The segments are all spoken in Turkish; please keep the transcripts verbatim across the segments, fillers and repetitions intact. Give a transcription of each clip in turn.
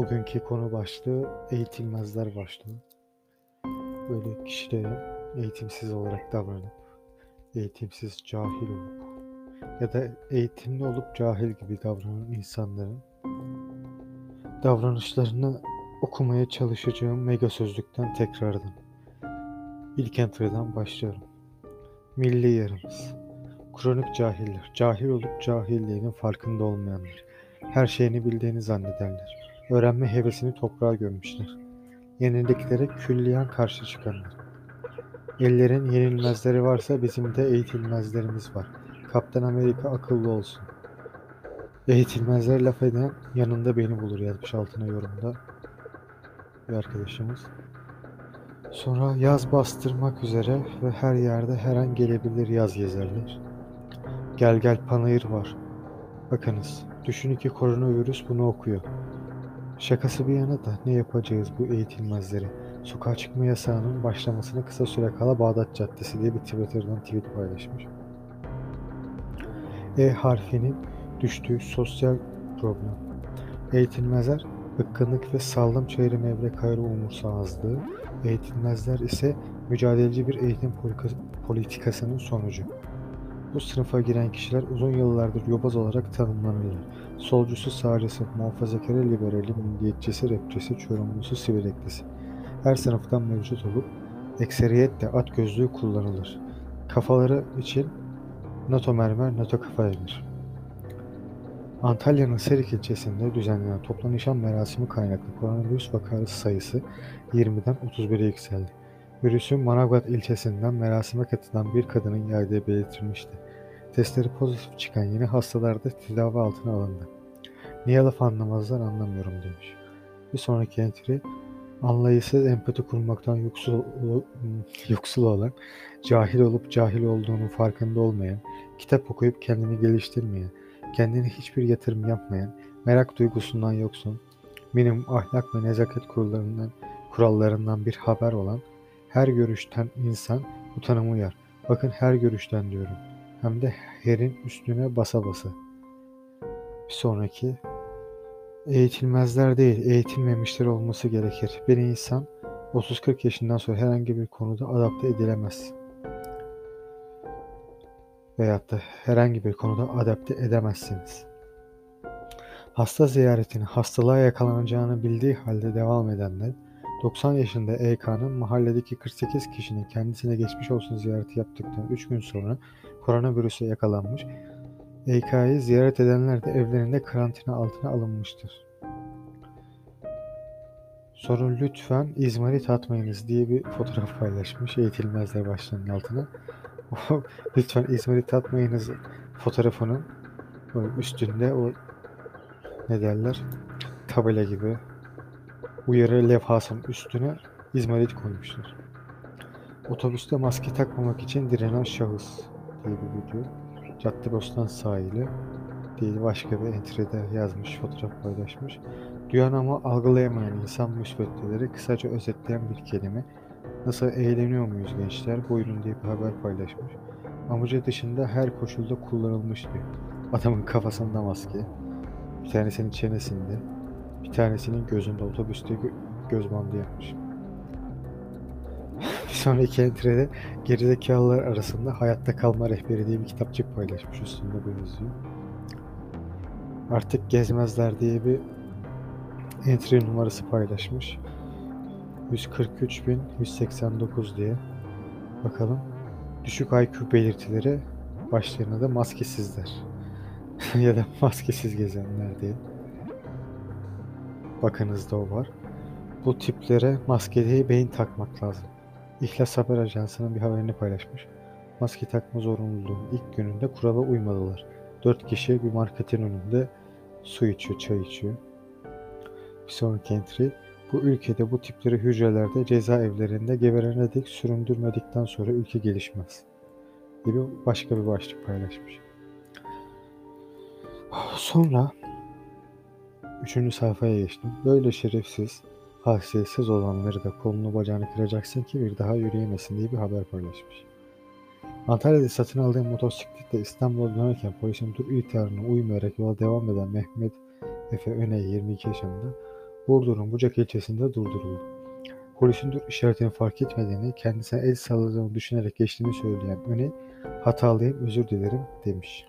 Bugünkü konu başlığı eğitilmezler başlığı. Böyle kişilere eğitimsiz olarak davranıp, eğitimsiz cahil olup ya da eğitimli olup cahil gibi davranan insanların davranışlarını okumaya çalışacağım mega sözlükten tekrardan. İlk entry'den başlıyorum. Milli yarımız. Kronik cahiller. Cahil olup cahilliğinin farkında olmayanlar. Her şeyini bildiğini zannederler. Öğrenme hevesini toprağa gömmüşler. Yeniliklere külliyen karşı çıkanlar. Ellerin yenilmezleri varsa bizim de eğitilmezlerimiz var. Kaptan Amerika akıllı olsun. Eğitilmezler laf eden yanında beni bulur yazmış altına yorumda bir arkadaşımız. Sonra yaz bastırmak üzere ve her yerde her an gelebilir yaz gezerler. Gel gel panayır var. Bakınız, düşün ki koronavirüs bunu okuyor. Şakası bir yana da ne yapacağız bu eğitilmezleri? Sokağa çıkma yasağının başlamasına kısa süre kala Bağdat Caddesi diye bir Twitter'dan tweet paylaşmış. E harfinin düştüğü sosyal problem. Eğitilmezler, bıkkınlık ve sağlam çevre mevre kayırı umursamazlığı, eğitilmezler ise mücadeleci bir eğitim politikasının sonucu. Bu sınıfa giren kişiler uzun yıllardır yobaz olarak tanımlanırlar. Solcusu, sağcısı, muhafazakarı, liberali, milliyetçisi, rapçisi, çorumlusu, sivireklisi. Her sınıftan mevcut olup ekseriyetle at gözlüğü kullanılır. Kafaları için NATO mermer, NATO kafa denir. Antalya'nın Serik ilçesinde düzenlenen toplu nişan merasimi kaynaklı koronavirüs vakaları sayısı yirmiden otuz bire yükseldi. Virüsün Manavgat ilçesinden merasime katılan bir kadının yaydığı belirtilmişti. Testleri pozitif çıkan yeni hastalar da tedavi altına alındı. Niye laf anlamazlar anlamıyorum demiş. Bir sonraki entry, anlayışsız empati kurmaktan yoksul, yoksul olan, cahil olup cahil olduğunun farkında olmayan, kitap okuyup kendini geliştirmeyen, kendine hiçbir yatırım yapmayan, merak duygusundan yoksun, minimum ahlak ve nezaket kurallarından, kurallarından bir haber olan, her görüşten insan bu tanımı uyar. Bakın her görüşten diyorum. Hem de herin üstüne basa basa. Bir sonraki, eğitilmezler değil, eğitilmemişler olması gerekir. Bir insan otuz kırk yaşından sonra herhangi bir konuda adapte edilemez. Veyahut da herhangi bir konuda adapte edemezsiniz. Hasta ziyaretini hastalığa yakalanacağını bildiği halde devam edenler, doksan yaşında E K'nın mahalledeki kırk sekiz kişinin kendisine geçmiş olsun ziyareti yaptıktan üç gün sonra koronavirüse yakalanmış, E K'yı ziyaret edenler de evlerinde karantina altına alınmıştır. Sonra lütfen izmarit atmayınız diye bir fotoğraf paylaşmış eğitilmezler başlığının altına. Lütfen izmarit atmayınız fotoğrafının üstünde o ne derler tabela gibi uyarı levhasının üstüne izmarit koymuşlar. Otobüste maske takmamak için direnen şahıs diye bir video. Caddebostan sahili diye başka bir entry'de yazmış, fotoğraf paylaşmış. Duyan ama algılayamayan insan müsveddeleri kısaca özetleyen bir kelime. Nasıl eğleniyor muyuz gençler? Buyurun diye bir haber paylaşmış. Amacı dışında her koşulda kullanılmış diyor. Adamın kafasında maske, bir tanesinin çenesinde, bir tanesinin gözünde, otobüste gö göz bandı yapmış. Bir sonraki entry'de gerizekalılar arasında hayatta kalma rehberi diye bir kitapçık paylaşmış, üstünde bu yazıyor. Artık gezmezler diye bir entry numarası paylaşmış. yüz kırk üç bin yüz seksen dokuz diye. Bakalım. Düşük I Q belirtileri başlığına da maskesizler. Ya da maskesiz gezenler diye. Bakınızda o var. Bu tiplere maskeli beyin takmak lazım. İhlas Haber Ajansı'nın bir haberini paylaşmış. Maske takma zorunluluğunun ilk gününde kurala uymadılar. Dört kişi bir marketin önünde su içiyor, çay içiyor. Bir sonraki entry, bu ülkede bu tipleri hücrelerde, cezaevlerinde geberene dek süründürmedikten sonra ülke gelişmez gibi başka bir başlık paylaşmış. Sonra üçüncü sayfaya geçtim. Böyle şerefsiz, haysiyetsiz olanları da kolunu bacağını kıracaksın ki bir daha yürüyemesin diye bir haber paylaşmış. Antalya'da satın aldığı motosikletle İstanbul'a dönerken polisin dur ihtarına uymayarak yola devam eden Mehmet Efe Öney yirmi iki yaşında Burdur'un Bucak ilçesinde durduruldu. Polisin dur işaretini fark etmediğini, kendisine el salladığını düşünerek geçtiğini söyleyen Öney, "Hatalıyım, özür dilerim." demiş.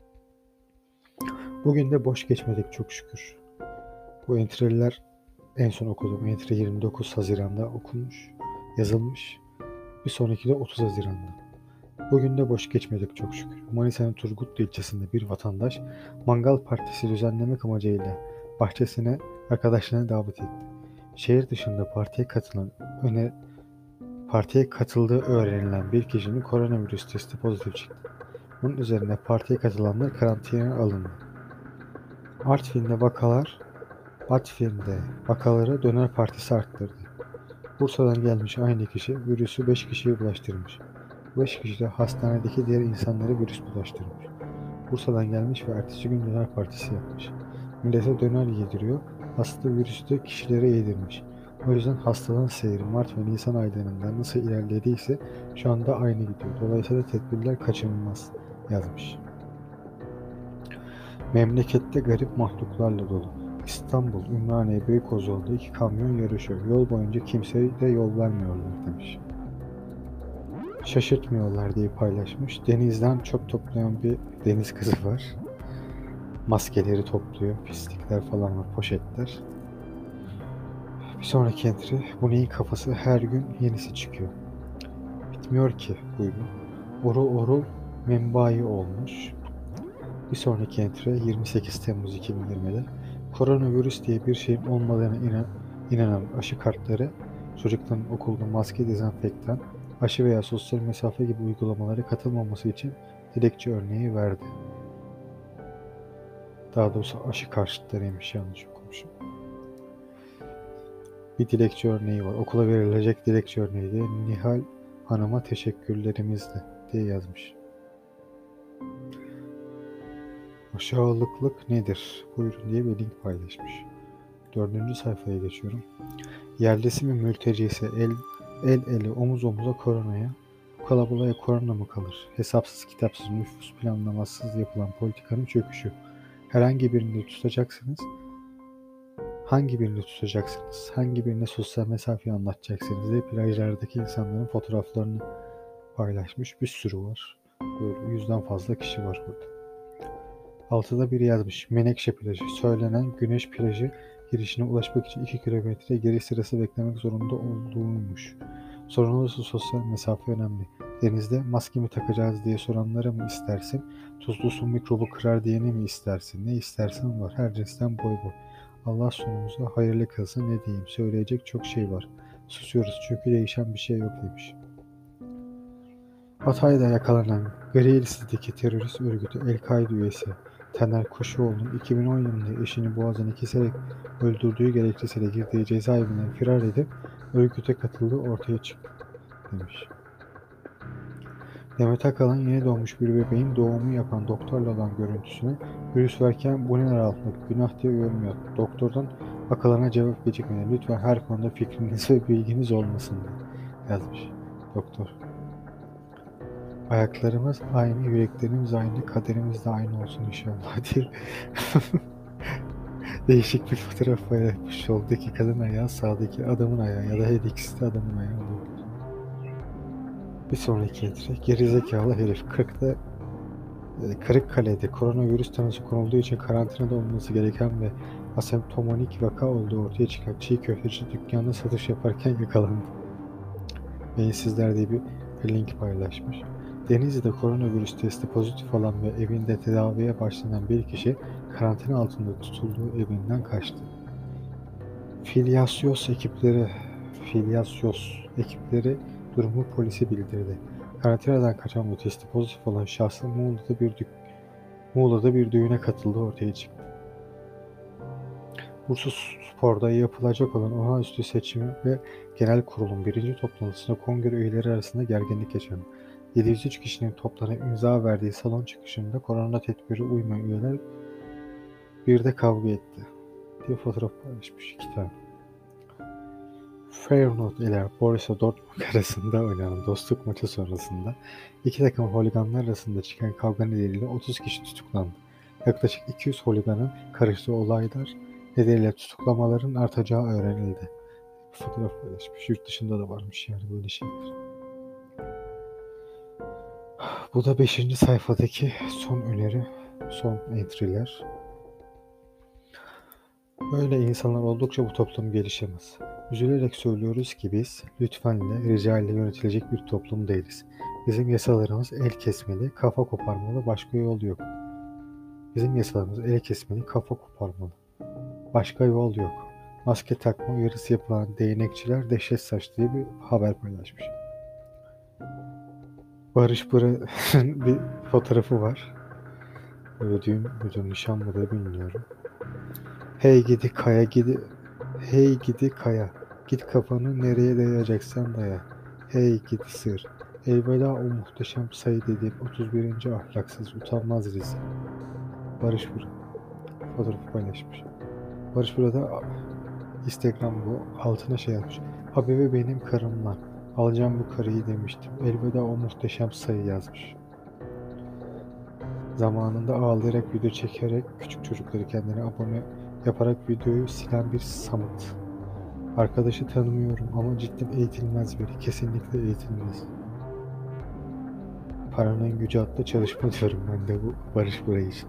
Bugün de boş geçmedik çok şükür. Bu entry'ler en son okuduğum entry yirmi dokuz Haziran'da okunmuş, yazılmış. Bir sonraki de otuz Haziran'da. Bugün de boş geçmedik çok şükür. Manisa'nın Turgutlu ilçesinde bir vatandaş mangal partisi düzenlemek amacıyla bahçesine arkadaşlarını davet etti. Şehir dışında partiye katılan öne partiye katıldığı öğrenilen bir kişinin koronavirüs testi pozitif çıktı. Bunun üzerine partiye katılanlar karantinaya alındı. Artvin'de vakalar Artvin'de vakaları döner partisi arttırdı. Bursa'dan gelmiş aynı kişi virüsü beş kişiye bulaştırmış. beş kişi de hastanedeki diğer insanlara virüs bulaştırmış. Bursa'dan gelmiş ve ertesi gün döner partisi yapmış. Millete döner yediriyor, hasta virüsü de kişilere yedirmiş. O yüzden hastalığın seyri Mart ve Nisan aylarında nasıl ilerlediyse şu anda aynı gidiyor. Dolayısıyla tedbirler kaçınılmaz yazmış. Memlekette garip mahluklarla dolu. İstanbul, Ümraniye, Beykoz'da iki kamyon yarışıyor. Yol boyunca kimseye de yol vermiyorlar demiş. Şaşırtmıyorlar diye paylaşmış. Denizden çöp toplayan bir deniz kızı var. Maskeleri topluyor. Pislikler falan var. Poşetler. Bir sonraki entry. Bu neyin kafası? Her gün yenisi çıkıyor. Bitmiyor ki buyurun. Oru oru menbaı olmuş. Bir sonraki entry yirmi sekiz Temmuz iki bin yirmide. Koronavirüs diye bir şeyin olmadığına inan, inanan aşı kartları çocukların okulda maske, dezenfektan, aşı veya sosyal mesafe gibi uygulamalara katılmaması için dilekçe örneği verdi. Daha doğrusu aşı karşıtlarıymış, yanlış okumuşum. Bir dilekçe örneği var. Okula verilecek dilekçe örneği diye Nihal Hanım'a teşekkürlerimizle diye yazmış. Aşağılıklık nedir? Buyurun diye bir link paylaşmış. Dördüncü sayfaya geçiyorum. Yerlisi mi mültecisi el, el ele omuz omuza koronaya, bu kalabalığa korona mı kalır? Hesapsız kitapsız nüfus planlamasız yapılan politikanın çöküşü. Herhangi birini tutacaksınız. Hangi birini tutacaksınız? Hangi birine sosyal mesafeyi anlatacaksınız diye plajlardaki insanların fotoğraflarını paylaşmış. Bir sürü var. Böyle yüzden fazla kişi var burada. Altıda biri yazmış. Menekşe plajı. Söylenen güneş plajı girişine ulaşmak için iki kilometre geri sırası beklemek zorunda olduğuymuş. Sorun olursa sosyal mesafe önemli. Denizde maske mi takacağız diye soranlara mı istersin? Tuzlu su mikrobu kırar diyene mi istersin? Ne istersen var. Her cinsten boy boy. Allah sonumuza hayırlı kılsın, ne diyeyim. Söyleyecek çok şey var. Susuyoruz çünkü değişen bir şey yok demiş. Hatay'da yakalanan Gri-Lis'teki terörist örgütü El-Kaide üyesi Taner Koşuoğlu'nun iki bin on yılında eşini boğazını keserek öldürdüğü gerekçesiyle girdiği cezaevinden firar edip örgüte katıldığı ortaya çıktı demiş. Demet Akalın yeni doğmuş bir bebeğin doğumu yapan doktorla olan görüntüsünü virüs varken bu neler altlık günah diye yormuyor. Doktordan Akalın'a cevap gecikmedi. Lütfen her konuda fikriniz ve bilginiz olmasın diye yazmış doktor. Ayaklarımız aynı, yüreklerimiz aynı, kaderimiz de aynı olsun inşallah diye değişik bir fotoğraf paylaşmış. Soldaki kadın ayağı, sağdaki adamın ayağı ya da her ikisi de adamın ayağı olabilir. Bir sonraki entry. Gerizekalı herif. kırkta Kırıkkale'de koronavirüs tanısı konulduğu için karantinada olması gereken ve asemptomatik vaka olduğu ortaya çıkan çiğ köfteci dükkanında satış yaparken yakalandı. Beyinsizler diye bir link paylaşmış. Denizli'de koronavirüs testi pozitif olan ve evinde tedaviye başlanan bir kişi karantina altında tutulduğu evinden kaçtı. Filyasyos ekipleri Filyasyos ekipleri durumu polise bildirdi. Karantinadan kaçan ve testi pozitif olan şahsın Muğla'da bir, dük Muğla'da bir düğüne katıldığı ortaya çıktı. Bursa Spor'da yapılacak olan olağanüstü seçim ve genel kurulun birinci toplantısında kongre üyeleri arasında gerginlik yaşandı. yedi yüz üç kişinin toplanıp imza verdiği salon çıkışında korona tedbiri uymayan üyeler bir de kavga etti diye fotoğraf paylaşmış iki tane. Feyenoord ile Borussia Dortmund arasında oynanan dostluk maçı sonrasında iki takım holiganlar arasında çıkan kavga nedeniyle otuz kişi tutuklandı. Yaklaşık iki yüz holiganın karıştığı olaylar nedeniyle tutuklamaların artacağı öğrenildi. Fotoğraf paylaşmış. Yurt dışında da varmış yani böyle şeyler. Bu da beşinci sayfadaki son öneri, son entry'ler. Böyle insanlar oldukça bu toplum gelişemez. Üzülerek söylüyoruz ki biz lütfenle, rica ile yönetilecek bir toplum değiliz. Bizim yasalarımız el kesmeli, kafa koparmalı, başka yol yok. Bizim yasalarımız el kesmeli, kafa koparmalı. Başka yol yok. Maske takma uyarısı yapılan değnekçiler dehşet saçtığı bir haber paylaşmış. Barış Pıra'nın bir fotoğrafı var. Böyle düğün müdür, nişan mıdır bilmiyorum. Hey gidi kaya gidi, hey gidi kaya, git kafanı nereye dayayacaksan daya. Hey gidi sır, elveda o muhteşem sayı dediğim otuz birinci ahlaksız, utanmaz rezil. Barış Pıra fotoğrafı paylaşmış. Barış Pıra da Instagram bu altına şey yazmış. Habibe benim karımla, alacağım bu karıyı demiştim. Elveda o muhteşem sayı yazmış. Zamanında ağlayarak video çekerek küçük çocukları kendine abone yaparak videoyu silen bir samut. Arkadaşı tanımıyorum ama cidden eğitilmez biri. Kesinlikle eğitilmez. Paranın gücü adlı çalışma diyorum ben de bu Barış Pıra için.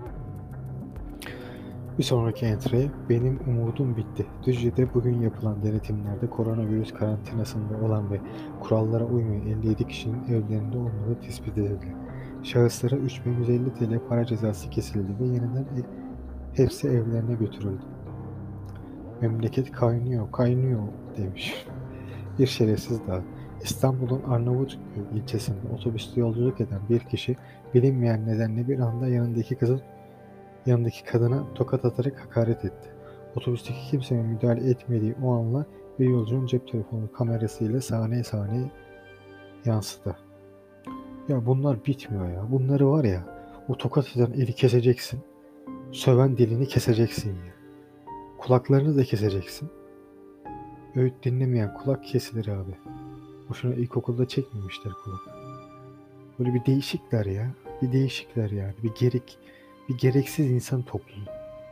Bir sonraki entry, benim umudum bitti. Düzce'de bugün yapılan denetimlerde koronavirüs karantinasında olan ve kurallara uymayan elli yedi kişinin evlerinde olmadığı tespit edildi. Şahıslara üç bin yüz elli T L para cezası kesildi ve yeniden e hepsi evlerine götürüldü. Memleket kaynıyor, kaynıyor demiş. Bir şerefsiz daha. İstanbul'un Arnavutköy ilçesinde otobüste yolculuk eden bir kişi bilinmeyen nedenle bir anda yanındaki kızın yanındaki kadına tokat atarak hakaret etti. Otobüsteki kimsenin müdahale etmediği o anla bir yolcunun cep telefonu kamerasıyla saniye saniye yansıdı. Ya bunlar bitmiyor ya. Bunları var ya, o tokat eden eli keseceksin. Söven dilini keseceksin ya. Kulaklarını da keseceksin. Öğüt dinlemeyen kulak kesilir abi. Boşuna ilkokulda çekmemişler kulak. Böyle bir değişikler ya. Bir değişikler yani. Bir gerek, bir gereksiz insan topluluğu.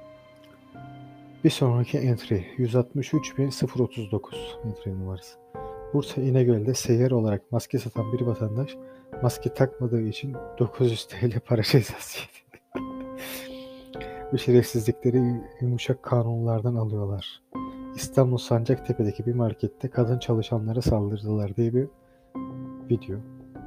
Bir sonraki entry yüz altmış üç bin otuz dokuz entry numarası. Bursa İnegöl'de seyyar olarak maske satan bir vatandaş maske takmadığı için dokuz yüz T L para cezası yedi. Bu şerefsizlikleri yumuşak kanunlardan alıyorlar. İstanbul Sancaktepe'deki bir markette kadın çalışanlara saldırdılar diye bir video.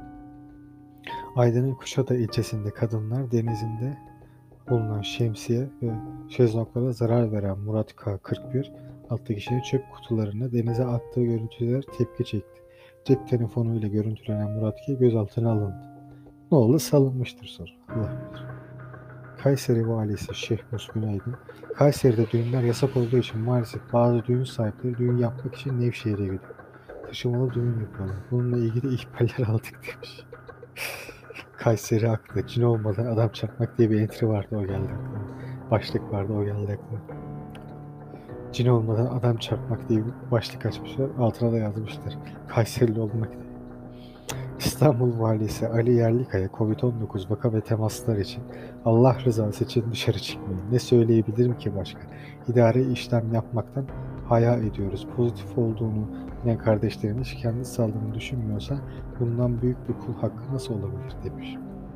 Aydın'ın Kuşadağ ilçesinde kadınlar denizinde bulunan şemsiye ve şezlonglara zarar veren Murat K. kırk bir adlı kişinin çöp kutularını denize attığı görüntüler tepki çekti. Cep telefonuyla görüntülenen Murat K. gözaltına alındı. Ne oldu? Salınmıştır sonra. Allah bilir. Kayseri Valisi Şeyh Musbin Aydın, Kayseri'de düğünler yasak olduğu için maalesef bazı düğün sahipleri düğün yapmak için Nevşehir'e gidiyor. Taşımalı düğün yapıyorlar. Bununla ilgili ihballer aldık demiş. Kayseri haklı. Cin olmadan adam çarpmak diye bir entry vardı, o geldi aklıma. Başlık vardı, o geldi aklıma. Cin olmadan adam çarpmak diye bir başlık açmışlar. Altına da yazmışlar. Kayserili olmak diye. İstanbul Valisi Ali Yerlikaya kovid on dokuz vaka ve temaslar için Allah rızası için dışarı çıkmayın. Ne söyleyebilirim ki başka? İdari işlem yapmaktan haya ediyoruz. Pozitif olduğunu bilen kardeşlerimiz kendi sağlığını düşünmüyorsa bundan büyük bir kul hakkı nasıl olabilir demiş.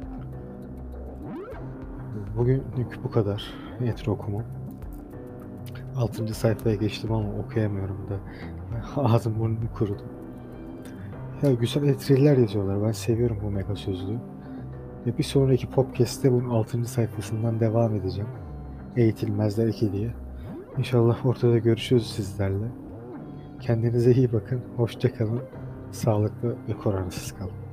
Bugünlük bu kadar. Entry okumam. altıncı sayfaya geçtim ama okuyamıyorum da. Ağzım burnum kurudu. Ya güzel entry'ler yazıyorlar. Ben seviyorum bu mega sözlüğü. Ve bir sonraki podcast'te bunun altıncı sayfasından devam edeceğim. Eğitilmezler iki diye. İnşallah ortada görüşürüz sizlerle. Kendinize iyi bakın. Hoşça kalın. Sağlıklı ve koronasız kalın.